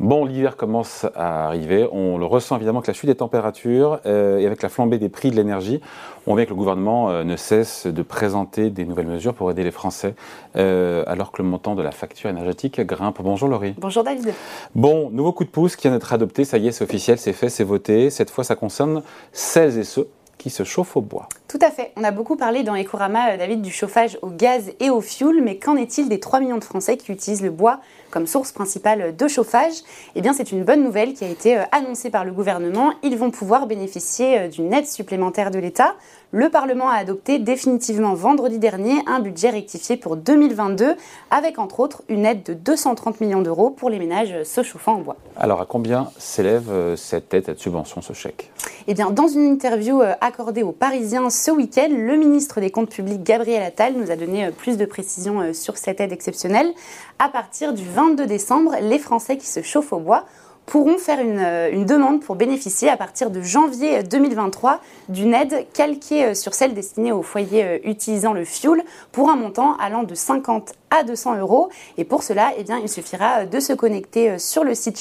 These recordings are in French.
Bon, l'hiver commence à arriver. On le ressent évidemment avec la chute des températures et avec la flambée des prix de l'énergie. On voit que le gouvernement ne cesse de présenter des nouvelles mesures pour aider les Français alors que le montant de la facture énergétique grimpe. Bonjour Laurie. Bonjour David. Bon, nouveau coup de pouce qui vient d'être adopté. Ça y est, c'est officiel, c'est fait, c'est voté. Cette fois, ça concerne celles et ceux qui se chauffent au bois. Tout à fait. On a beaucoup parlé dans Ecorama, David, du chauffage au gaz et au fioul, mais qu'en est-il des 3 millions de Français qui utilisent le bois comme source principale de chauffage ? Eh bien, c'est une bonne nouvelle qui a été annoncée par le gouvernement. Ils vont pouvoir bénéficier d'une aide supplémentaire de l'État. Le Parlement a adopté définitivement vendredi dernier un budget rectifié pour 2022, avec entre autres une aide de 230 millions d'euros pour les ménages se chauffant au bois. Alors, à combien s'élève cette aide, cette subvention, ce chèque ? Eh bien, dans une interview accordée aux Parisiens ce week-end, le ministre des Comptes publics, Gabriel Attal, nous a donné plus de précisions sur cette aide exceptionnelle. À partir du 22 décembre, les Français qui se chauffent au bois pourront faire une demande pour bénéficier à partir de janvier 2023 d'une aide calquée sur celle destinée aux foyers utilisant le fioul pour un montant allant de 50 à 200 euros. Et pour cela, eh bien, il suffira de se connecter sur le site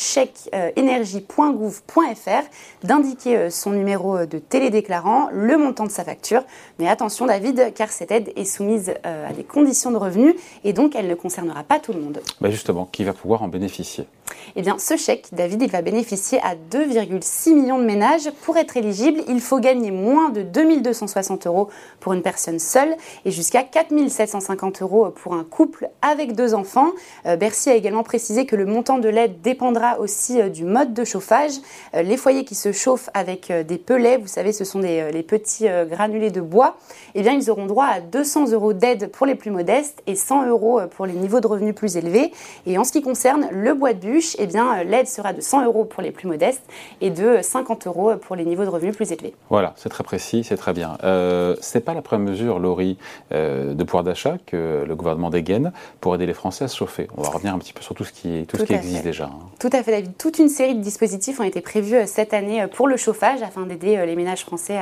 chèqueenergie.gouv.fr, d'indiquer son numéro de télédéclarant, le montant de sa facture. Mais attention David, car cette aide est soumise à des conditions de revenus et donc elle ne concernera pas tout le monde. Justement, qui va pouvoir en bénéficier ? Eh bien, ce chèque, David, il va bénéficier à 2,6 millions de ménages. Pour être éligible, il faut gagner moins de 2 260 euros pour une personne seule et jusqu'à 4 750 euros pour un couple avec 2 enfants. Bercy a également précisé que le montant de l'aide dépendra aussi du mode de chauffage. Les foyers qui se chauffent avec des pellets, vous savez, ce sont les petits granulés de bois, eh bien, ils auront droit à 200 euros d'aide pour les plus modestes et 100 euros pour les niveaux de revenus plus élevés. Et en ce qui concerne le bois de bûche, eh bien, l'aide sera de 100 euros pour les plus modestes et de 50 euros pour les niveaux de revenus plus élevés. Voilà, c'est très précis, c'est très bien. Ce n'est pas la première mesure, Laurie, de pouvoir d'achat que le gouvernement dégaine pour aider les Français à se chauffer. On va revenir un petit peu sur tout ce qui existe déjà. Tout à fait, David. Toute une série de dispositifs ont été prévus cette année pour le chauffage afin d'aider les ménages français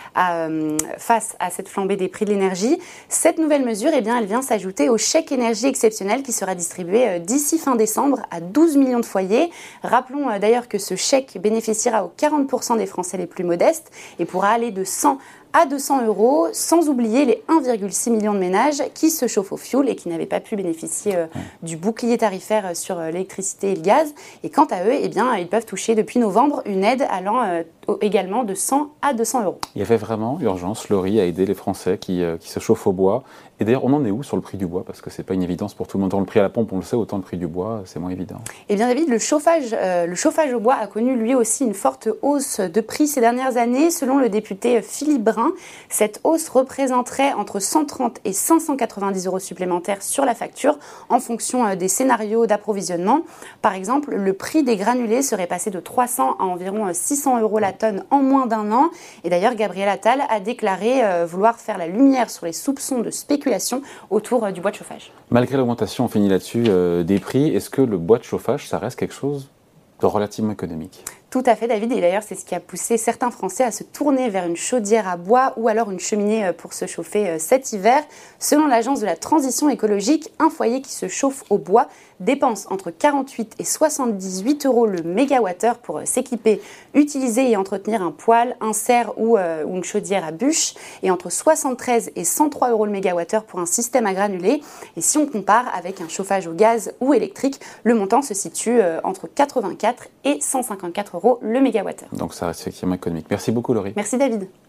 face à cette flambée des prix de l'énergie. Cette nouvelle mesure, eh bien, elle vient s'ajouter au chèque énergie exceptionnel qui sera distribué d'ici fin décembre à 12 millions de foyers. Rappelons d'ailleurs que ce chèque bénéficiera aux 40% des Français les plus modestes et pourra aller de 100 à 200 euros, sans oublier les 1,6 million de ménages qui se chauffent au fioul et qui n'avaient pas pu bénéficier du bouclier tarifaire sur l'électricité et le gaz. Et quant à eux, eh bien, ils peuvent toucher depuis novembre une aide allant également de 100 à 200 euros. Il y avait vraiment urgence, Laurie, à aider les Français qui se chauffent au bois. Et d'ailleurs, on en est où sur le prix du bois ? Parce que ce n'est pas une évidence pour tout le monde. Autant le prix à la pompe, on le sait, autant le prix du bois, c'est moins évident. Eh bien David, le chauffage au bois a connu lui aussi une forte hausse de prix ces dernières années. Selon le député Philippe Brun, cette hausse représenterait entre 130 et 590 euros supplémentaires sur la facture en fonction des scénarios d'approvisionnement. Par exemple, le prix des granulés serait passé de 300 à environ 600 euros la tonne en moins d'un an. Et d'ailleurs, Gabriel Attal a déclaré vouloir faire la lumière sur les soupçons de spéculation autour du bois de chauffage. Malgré l'augmentation, on finit là-dessus, des prix, est-ce que le bois de chauffage, ça reste quelque chose de relativement économique ? Tout à fait David, et d'ailleurs c'est ce qui a poussé certains Français à se tourner vers une chaudière à bois ou alors une cheminée pour se chauffer cet hiver. Selon l'agence de la transition écologique, un foyer qui se chauffe au bois dépense entre 48 et 78 euros le mégawattheure pour s'équiper, utiliser et entretenir un poêle, un serre ou une chaudière à bûche, et entre 73 et 103 euros le mégawattheure pour un système à granulés. Et si on compare avec un chauffage au gaz ou électrique, le montant se situe entre 84 et 154 euros le mégawattheure. Donc ça reste effectivement économique. Merci beaucoup Laurie. Merci David.